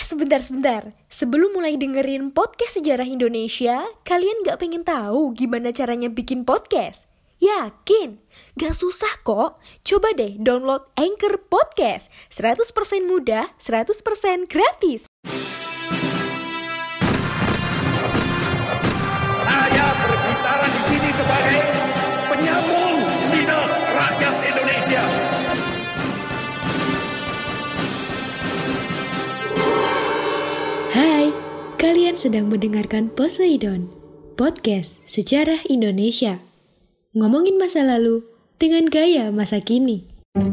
Sebentar. Sebelum mulai dengerin podcast sejarah Indonesia, kalian gak pengen tahu gimana caranya bikin podcast? Yakin? Gak susah kok. Coba deh download Anchor Podcast. 100% mudah, 100% gratis. Saya berbicara di sini sebagai penyambung lidah rakyat Indonesia. Hai, kalian sedang mendengarkan Poseidon, podcast sejarah Indonesia. Ngomongin masa lalu dengan gaya masa kini.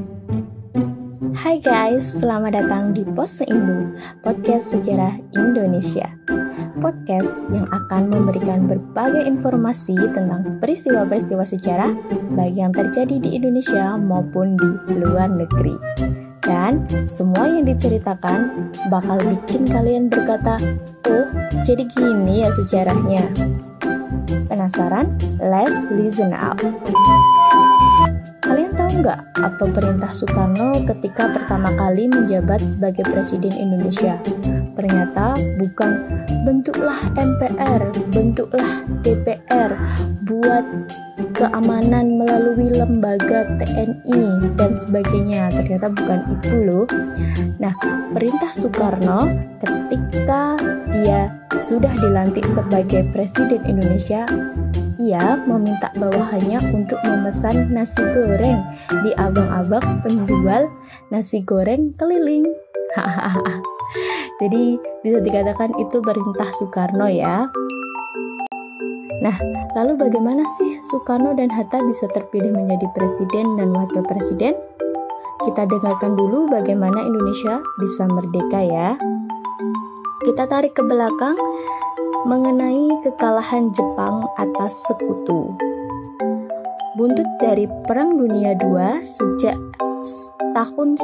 Hai guys, selamat datang di Poseindo, podcast sejarah Indonesia. Podcast yang akan memberikan berbagai informasi tentang peristiwa-peristiwa sejarah baik yang terjadi di Indonesia maupun di luar negeri. Dan semua yang diceritakan bakal bikin kalian berkata, "Oh, jadi gini ya sejarahnya." Penasaran? Let's listen up. Kalian tahu nggak apa perintah Soekarno ketika pertama kali menjabat sebagai Presiden Indonesia? Ternyata bukan bentuklah MPR, bentuklah DPR, buat keamanan melalui lembaga TNI dan sebagainya. Ternyata bukan itu loh. Nah, perintah Soekarno ketika dia sudah dilantik sebagai Presiden Indonesia, ia meminta bawahannya untuk memesan nasi goreng di abang-abang penjual nasi goreng keliling. Jadi bisa dikatakan itu perintah Soekarno ya. Nah, lalu bagaimana sih Soekarno dan Hatta bisa terpilih menjadi presiden dan wakil presiden? Kita dengarkan dulu bagaimana Indonesia bisa merdeka ya. Kita tarik ke belakang mengenai kekalahan Jepang atas Sekutu. Buntut dari Perang Dunia II sejak tahun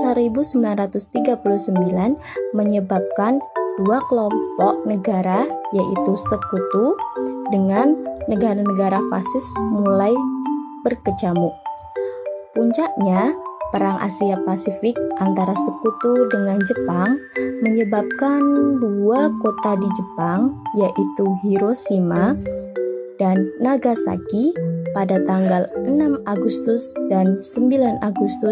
1939 menyebabkan dua kelompok negara yaitu Sekutu dengan negara-negara fasis mulai berkecamuk. Puncaknya, Perang Asia Pasifik antara Sekutu dengan Jepang menyebabkan dua kota di Jepang yaitu Hiroshima dan Nagasaki pada tanggal 6 Agustus dan 9 Agustus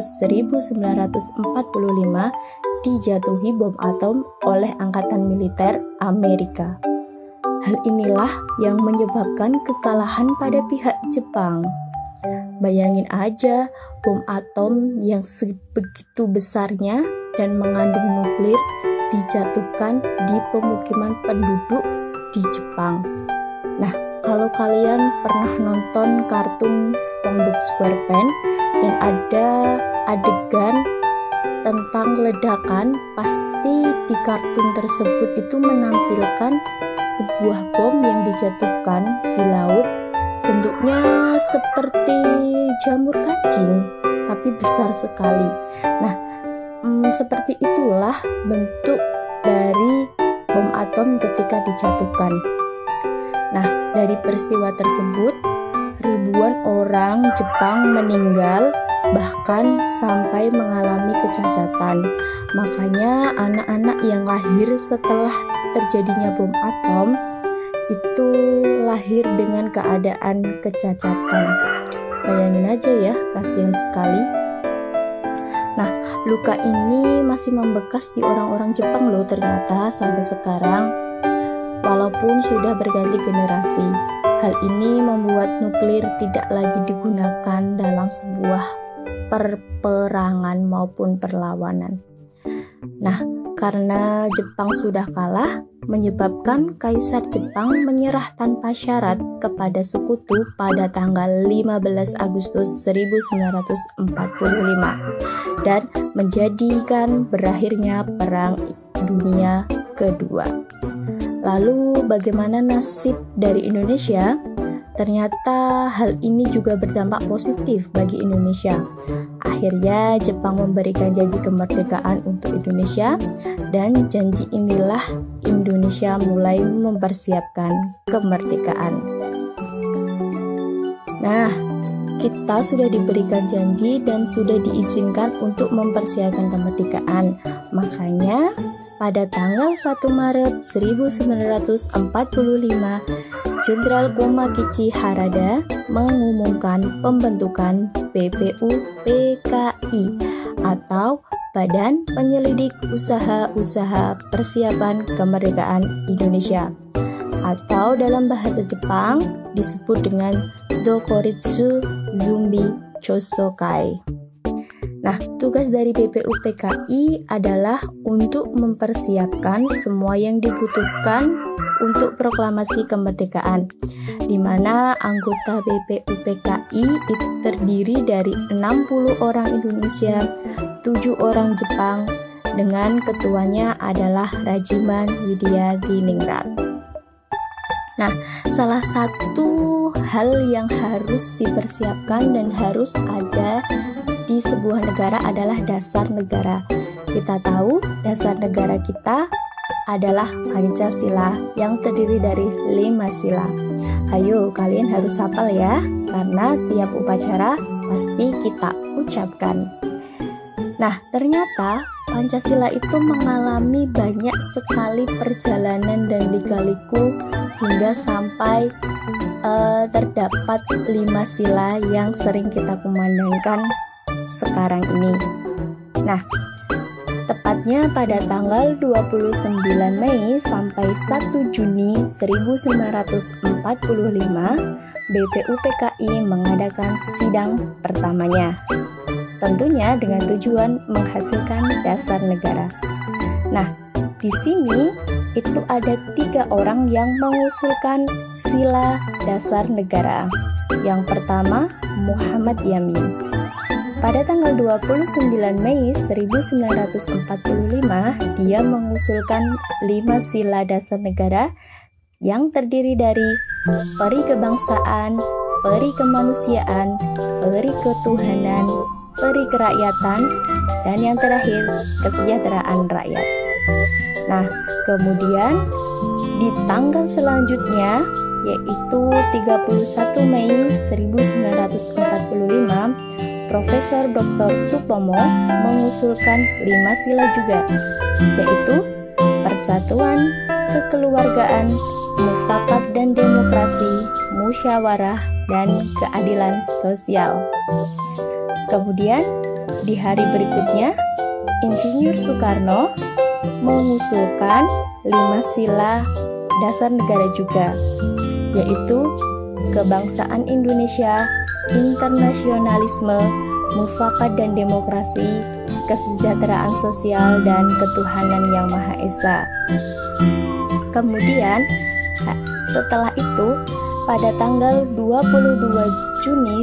1945 dijatuhi bom atom oleh Angkatan Militer Amerika. Hal inilah yang menyebabkan kekalahan pada pihak Jepang. Bayangin aja bom atom yang sebegitu besarnya dan mengandung nuklir dijatuhkan di pemukiman penduduk di Jepang. Nah, kalau kalian pernah nonton kartun SpongeBob SquarePants dan ada adegan tentang ledakan, pasti di kartun tersebut itu menampilkan sebuah bom yang dijatuhkan di laut. Bentuknya seperti jamur kancing, tapi besar sekali. Nah, seperti itulah bentuk dari bom atom ketika dijatuhkan. Nah, dari peristiwa tersebut, ribuan orang Jepang meninggal, bahkan sampai mengalami kecacatan. Makanya anak-anak yang lahir setelah terjadinya bom atom itu lahir dengan keadaan kecacatan. Bayangin aja ya, kasihan sekali. Nah, luka ini masih membekas di orang-orang Jepang loh ternyata sampai sekarang. Walaupun sudah berganti generasi, hal ini membuat nuklir tidak lagi digunakan dalam sebuah perperangan maupun perlawanan. Nah, karena Jepang sudah kalah, menyebabkan Kaisar Jepang menyerah tanpa syarat kepada Sekutu pada tanggal 15 Agustus 1945 dan menjadikan berakhirnya Perang Dunia Kedua. Lalu bagaimana nasib dari Indonesia? Ternyata hal ini juga berdampak positif bagi Indonesia. Akhirnya Jepang memberikan janji kemerdekaan untuk Indonesia dan janji inilah Indonesia mulai mempersiapkan kemerdekaan. Nah, kita sudah diberikan janji dan sudah diizinkan untuk mempersiapkan kemerdekaan. Makanya pada tanggal 1 Maret 1945, Jenderal Komakichi Harada mengumumkan pembentukan BPUPKI atau Badan Penyelidik Usaha-Usaha Persiapan Kemerdekaan Indonesia, atau dalam bahasa Jepang disebut dengan Dokuritsu Zumbi Chosokai. Nah, tugas dari BPUPKI adalah untuk mempersiapkan semua yang dibutuhkan untuk proklamasi kemerdekaan, di mana anggota BPUPKI itu terdiri dari 60 orang Indonesia, 7 orang Jepang, dengan ketuanya adalah Rajiman Widyadiningrat. Nah, salah satu hal yang harus dipersiapkan dan harus ada di sebuah negara adalah dasar negara. Kita tahu dasar negara kita adalah Pancasila yang terdiri dari 5 sila. Ayo kalian harus hafal ya, karena tiap upacara pasti kita ucapkan. Nah, ternyata Pancasila itu mengalami banyak sekali perjalanan dan lika-liku hingga sampai terdapat 5 sila yang sering kita kumandangkan sekarang ini. Nah, tepatnya pada tanggal 29 Mei sampai 1 Juni 1945, BPUPKI mengadakan sidang pertamanya. Tentunya dengan tujuan menghasilkan dasar negara. Nah, di sini itu ada 3 orang yang mengusulkan sila dasar negara. Yang pertama, Muhammad Yamin. Pada tanggal 29 Mei 1945, dia mengusulkan 5 sila dasar negara yang terdiri dari peri kebangsaan, peri kemanusiaan, peri ketuhanan, peri kerakyatan, dan yang terakhir, kesejahteraan rakyat. Nah, kemudian di tanggal selanjutnya, yaitu 31 Mei 1945, Profesor Dr. Supomo mengusulkan 5 sila juga, yaitu persatuan, kekeluargaan, mufakat dan demokrasi, musyawarah, dan keadilan sosial. Kemudian, di hari berikutnya, Insinyur Soekarno mengusulkan 5 sila dasar negara juga, yaitu kebangsaan Indonesia, internasionalisme, mufakat dan demokrasi, kesejahteraan sosial, dan ketuhanan yang Maha Esa. Kemudian, setelah itu, pada tanggal 22 Juni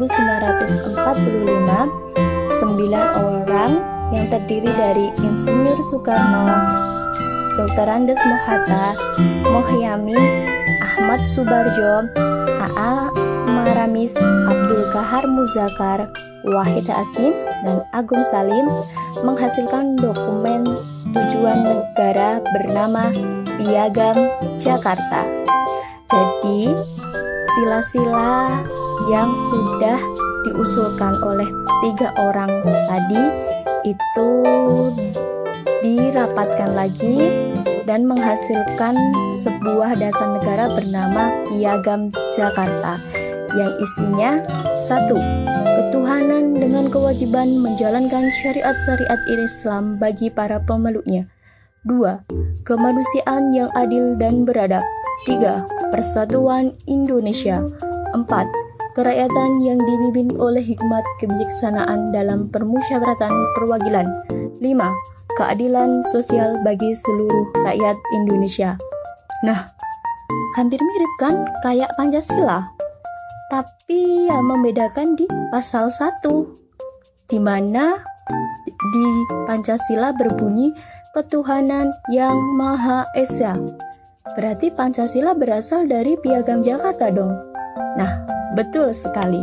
1945, 9 orang yang terdiri dari Insinyur Soekarno, Dr. Andes Mohatta, Mohyamin, Ahmad Subarjo, A.A. Maramis, Abdul Kahar Muzakar, Wahid Hasim, dan Agung Salim menghasilkan dokumen tujuan negara bernama Piagam Jakarta. Jadi, sila-sila yang sudah diusulkan oleh 3 orang tadi itu dirapatkan lagi dan menghasilkan sebuah dasar negara bernama Piagam Jakarta yang isinya 1. Ketuhanan dengan kewajiban menjalankan syariat-syariat Islam bagi para pemeluknya. 2. Kemanusiaan yang adil dan beradab. 3. Persatuan Indonesia. 4. Kerakyatan yang dibimbing oleh hikmat kebijaksanaan dalam permusyawaratan perwakilan. 5. Keadilan sosial bagi seluruh rakyat Indonesia. Nah, hampir mirip kan kayak Pancasila? Tapi yang membedakan di pasal 1, di mana di Pancasila berbunyi ketuhanan yang Maha Esa. Berarti Pancasila berasal dari Piagam Jakarta dong. Nah, betul sekali.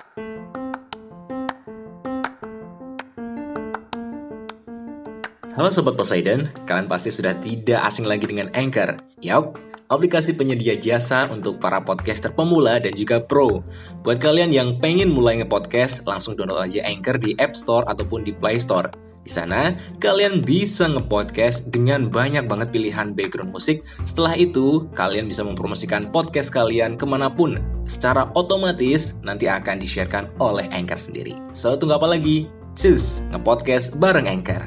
Halo Sobat Poseidon, kalian pasti sudah tidak asing lagi dengan Anchor. Yap, aplikasi penyedia jasa untuk para podcaster pemula dan juga pro. Buat kalian yang pengen mulai nge-podcast, langsung download aja Anchor di App Store ataupun di Play Store. Di sana, kalian bisa nge-podcast dengan banyak banget pilihan background musik. Setelah itu, kalian bisa mempromosikan podcast kalian kemanapun. Secara otomatis, nanti akan di-sharekan oleh Anchor sendiri. So, tunggu apa lagi? Cus, nge-podcast bareng Anchor.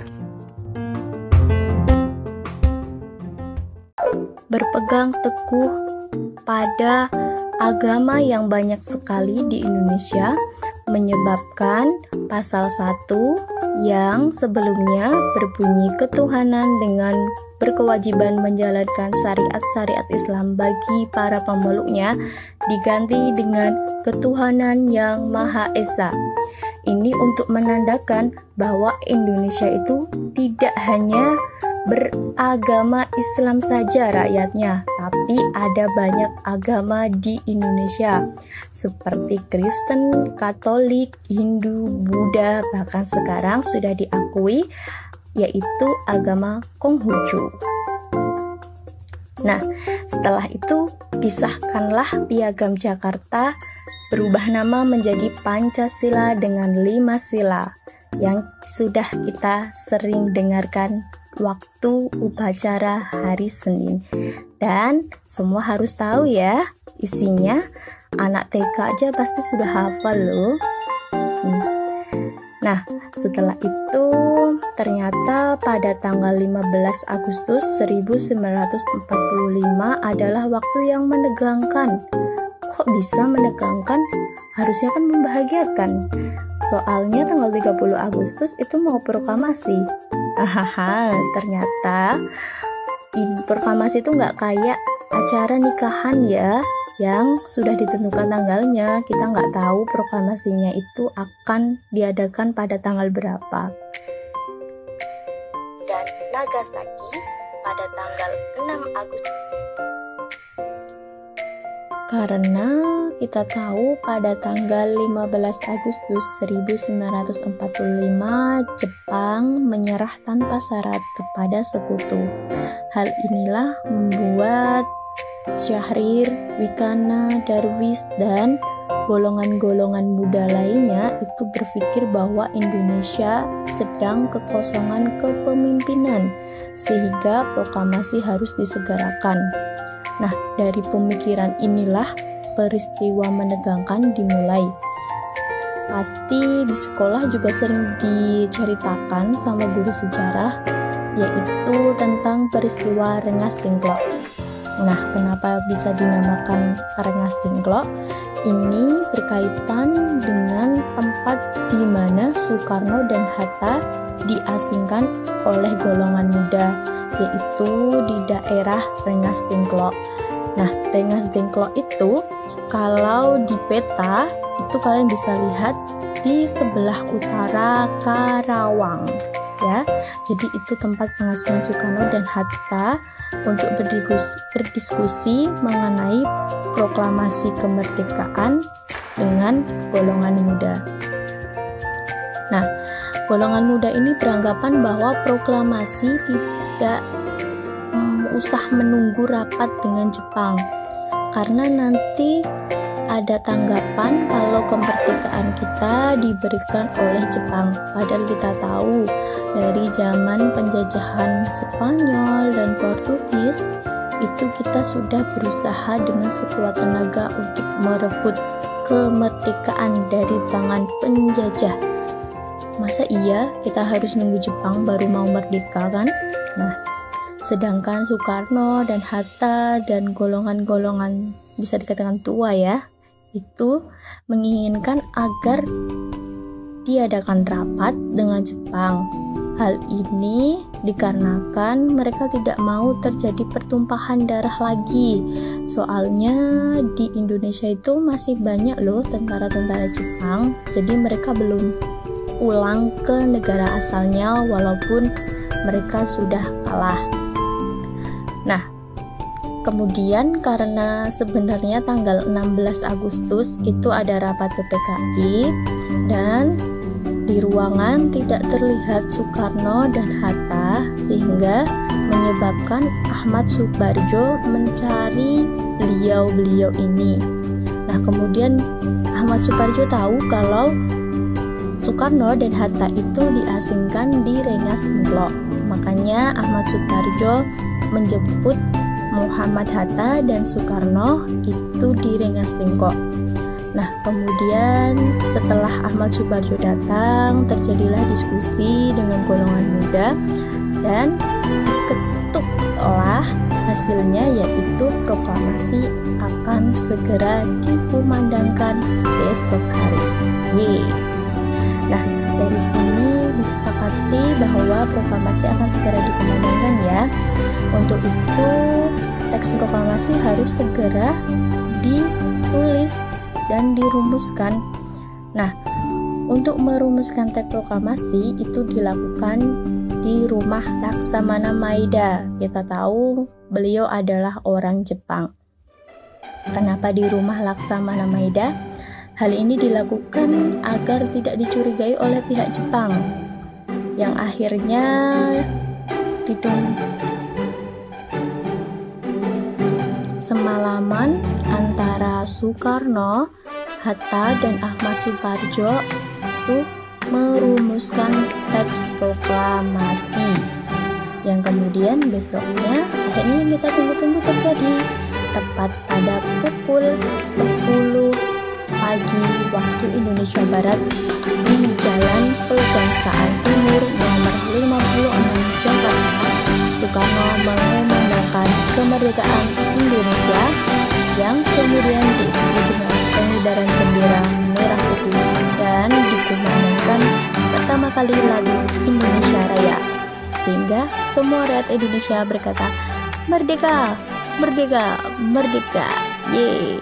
Berpegang teguh pada agama yang banyak sekali di Indonesia menyebabkan pasal 1 yang sebelumnya berbunyi ketuhanan dengan berkewajiban menjalankan syariat-syariat Islam bagi para pemeluknya diganti dengan ketuhanan yang Maha Esa. Ini untuk menandakan bahwa Indonesia itu tidak hanya beragama Islam saja rakyatnya, tapi ada banyak agama di Indonesia seperti Kristen, Katolik, Hindu, Buddha, bahkan sekarang sudah diakui yaitu agama Konghucu. Nah, setelah itu disahkanlah Piagam Jakarta berubah nama menjadi Pancasila dengan 5 sila yang sudah kita sering dengarkan waktu upacara hari Senin. Dan semua harus tahu ya, isinya anak TK aja pasti sudah hafal loh. Nah, setelah itu ternyata pada tanggal 15 Agustus 1945 adalah waktu yang menegangkan. Kok bisa menegangkan? Harusnya kan membahagiakan. Soalnya tanggal 30 Agustus itu mau proklamasi. Ternyata proklamasi itu nggak kayak acara nikahan ya, yang sudah ditentukan tanggalnya. Kita nggak tahu proklamasinya itu akan diadakan pada tanggal berapa. Dan Nagasaki pada tanggal 6 Agustus. Karena kita tahu pada tanggal 15 Agustus 1945 Jepang menyerah tanpa syarat kepada sekutu. Hal inilah membuat Syahrir, Wikana, Darwis, dan golongan-golongan muda lainnya itu berpikir bahwa Indonesia sedang kekosongan kepemimpinan sehingga proklamasi harus disegerakan. Nah, dari pemikiran inilah peristiwa menegangkan dimulai. Pasti di sekolah juga sering diceritakan sama guru sejarah, yaitu tentang peristiwa Rengas Dengklok. Nah, kenapa bisa dinamakan Rengas Dengklok? Ini berkaitan dengan tempat di mana Soekarno dan Hatta diasingkan oleh golongan muda, yaitu di daerah Rengas Dengklok. Nah, Rengas Dengklok itu kalau di peta itu kalian bisa lihat di sebelah utara Karawang ya. Jadi itu tempat pengasingan Soekarno dan Hatta untuk berdiskusi mengenai proklamasi kemerdekaan dengan golongan muda. Nah, golongan muda ini beranggapan bahwa proklamasi tidak usah menunggu rapat dengan Jepang, karena nanti ada tanggapan kalau kemerdekaan kita diberikan oleh Jepang. Padahal kita tahu dari zaman penjajahan Spanyol dan Portugis itu kita sudah berusaha dengan sekuat tenaga untuk merebut kemerdekaan dari tangan penjajah. Masa iya kita harus nunggu Jepang baru mau merdeka kan? Nah, sedangkan Soekarno dan Hatta dan golongan-golongan bisa dikatakan tua ya, itu menginginkan agar diadakan rapat dengan Jepang. Hal ini dikarenakan mereka tidak mau terjadi pertumpahan darah lagi. Soalnya di Indonesia itu masih banyak loh tentara-tentara Jepang, jadi mereka belum pulang ke negara asalnya walaupun mereka sudah kalah. Nah, kemudian karena sebenarnya tanggal 16 Agustus itu ada rapat PPKI dan di ruangan tidak terlihat Soekarno dan Hatta sehingga menyebabkan Ahmad Subarjo mencari beliau-beliau ini. Nah, kemudian Ahmad Subarjo tahu kalau Soekarno dan Hatta itu diasingkan di Rengas Dengklok. Makanya Ahmad Suparjo menjemput Muhammad Hatta dan Soekarno itu di Rengas Dengklok. Nah, kemudian setelah Ahmad Suparjo datang, terjadilah diskusi dengan golongan muda dan diketuklah hasilnya, yaitu proklamasi akan segera dikumandangkan besok hari. Nah, dari sini disepakati bahwa proklamasi akan segera dikumandangkan ya. Untuk itu, teks proklamasi harus segera ditulis dan dirumuskan. Nah, untuk merumuskan teks proklamasi itu dilakukan di rumah Laksamana Maeda. Kita tahu beliau adalah orang Jepang. Kenapa di rumah Laksamana Maeda? Hal ini dilakukan agar tidak dicurigai oleh pihak Jepang, yang akhirnya semalaman antara Soekarno, Hatta, dan Ahmad Suparjo itu merumuskan teks proklamasi yang kemudian besoknya akhirnya kita tunggu-tunggu terjadi tepat pada pukul 10 pagi waktu Indonesia Barat di Jalan Pegangsaan Timur nomor 56 Jakarta. Soekarno mengumandangkan kemerdekaan Indonesia yang kemudian diikuti dengan pengibaran bendera merah putih dan dikumandangkan pertama kali lagu Indonesia Raya, sehingga semua rakyat Indonesia berkata merdeka, merdeka, merdeka. Yeay.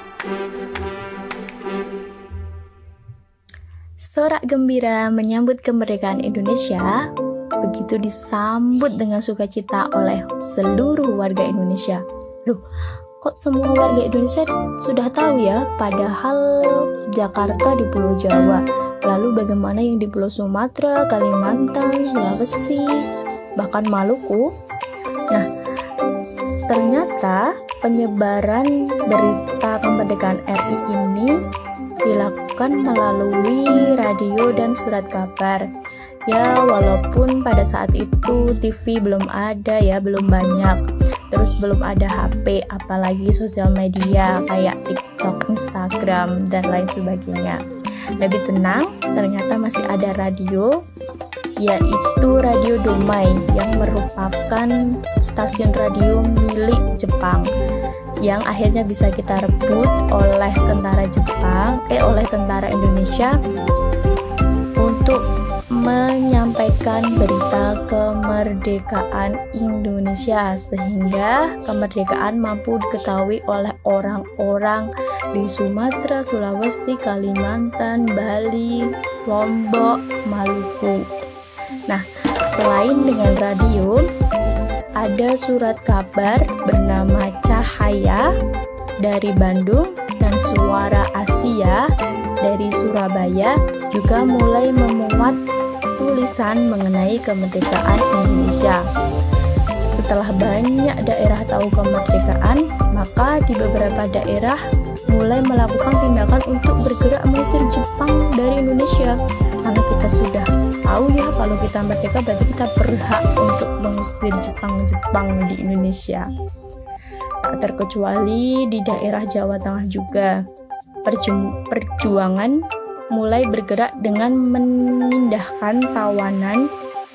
Sorak gembira menyambut kemerdekaan Indonesia begitu disambut dengan sukacita oleh seluruh warga Indonesia. Loh, kok semua warga Indonesia sudah tahu ya? Padahal Jakarta di Pulau Jawa. Lalu bagaimana yang di Pulau Sumatera, Kalimantan, Sulawesi, bahkan Maluku? Nah, ternyata penyebaran berita kemerdekaan RI ini dilakukan melalui radio dan surat kabar. Ya, walaupun pada saat itu TV belum ada ya, belum banyak. Terus belum ada HP, apalagi sosial media kayak TikTok, Instagram, dan lain sebagainya. Lebih tenang, ternyata masih ada radio, yaitu Radio Domai yang merupakan stasiun radio milik Jepang yang akhirnya bisa kita rebut oleh tentara Indonesia untuk menyampaikan berita kemerdekaan Indonesia, sehingga kemerdekaan mampu diketahui oleh orang-orang di Sumatera, Sulawesi, Kalimantan, Bali, Lombok, Maluku. Nah, selain dengan radio, ada surat kabar bernama Cahaya dari Bandung dan Suara Asia dari Surabaya juga mulai memuat tulisan mengenai kemerdekaan Indonesia. Setelah banyak daerah tahu kemerdekaan, maka di beberapa daerah mulai melakukan tindakan untuk bergerak mengusir Jepang dari Indonesia. Karena kita sudah tahu ya, kalau kita merdeka berarti kita berhak untuk mengusir Jepang di Indonesia. Tak terkecuali di daerah Jawa Tengah juga, perjuangan mulai bergerak dengan memindahkan tawanan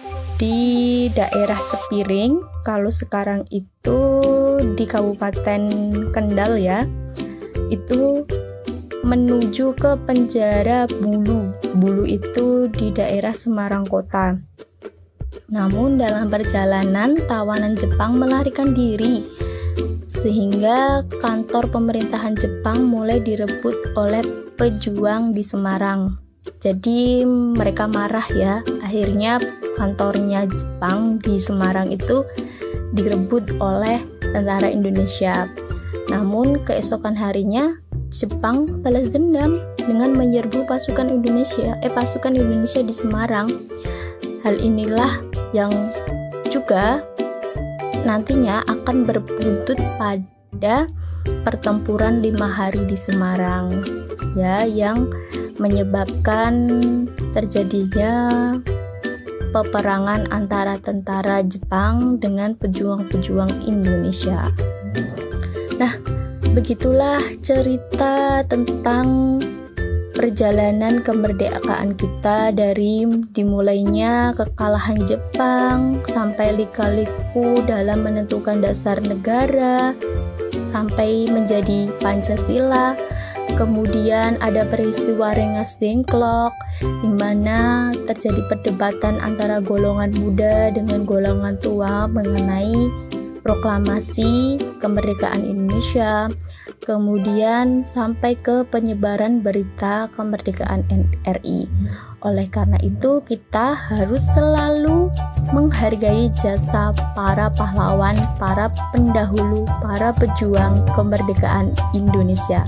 di daerah Cepiring, kalau sekarang itu di Kabupaten Kendal ya, itu menuju ke penjara Bulu. Bulu itu di daerah Semarang Kota. Namun dalam perjalanan tawanan Jepang melarikan diri, sehingga kantor pemerintahan Jepang mulai direbut oleh pejuang di Semarang. Jadi mereka marah ya, akhirnya kantornya Jepang di Semarang itu direbut oleh tentara Indonesia. Namun keesokan harinya Jepang balas dendam dengan menyerbu pasukan Indonesia di Semarang. Hal inilah yang juga nantinya akan berbuntut pada pertempuran 5 hari di Semarang, ya, yang menyebabkan terjadinya peperangan antara tentara Jepang dengan pejuang-pejuang Indonesia. Nah, begitulah cerita tentang perjalanan kemerdekaan kita dari dimulainya kekalahan Jepang sampai lika-liku dalam menentukan dasar negara sampai menjadi Pancasila. Kemudian ada peristiwa Rengas Dengklok di mana terjadi perdebatan antara golongan muda dengan golongan tua mengenai proklamasi kemerdekaan Indonesia. Kemudian sampai ke penyebaran berita kemerdekaan RI. Oleh karena itu kita harus selalu menghargai jasa para pahlawan, para pendahulu, para pejuang kemerdekaan Indonesia.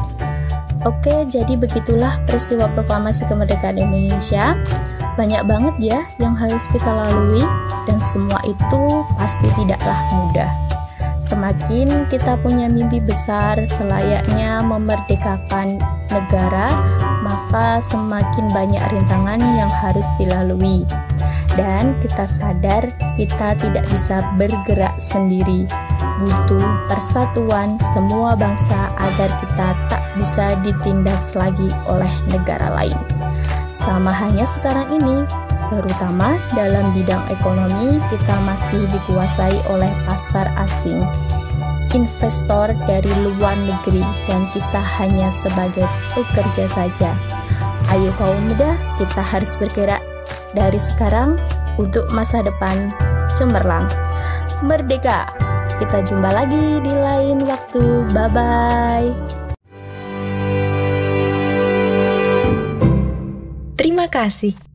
Oke, jadi begitulah peristiwa proklamasi kemerdekaan Indonesia. Banyak banget ya yang harus kita lalui dan semua itu pasti tidaklah mudah. Semakin kita punya mimpi besar selayaknya memerdekakan negara, maka semakin banyak rintangan yang harus dilalui. Dan kita sadar kita tidak bisa bergerak sendiri. Butuh persatuan semua bangsa agar kita tak bisa ditindas lagi oleh negara lain. Sama halnya sekarang ini, terutama dalam bidang ekonomi kita masih dikuasai oleh pasar asing, investor dari luar negeri, dan kita hanya sebagai pekerja saja. Ayo kaum muda, kita harus bergerak dari sekarang untuk masa depan cemerlang. Merdeka! Kita jumpa lagi di lain waktu. Bye-bye. Terima kasih.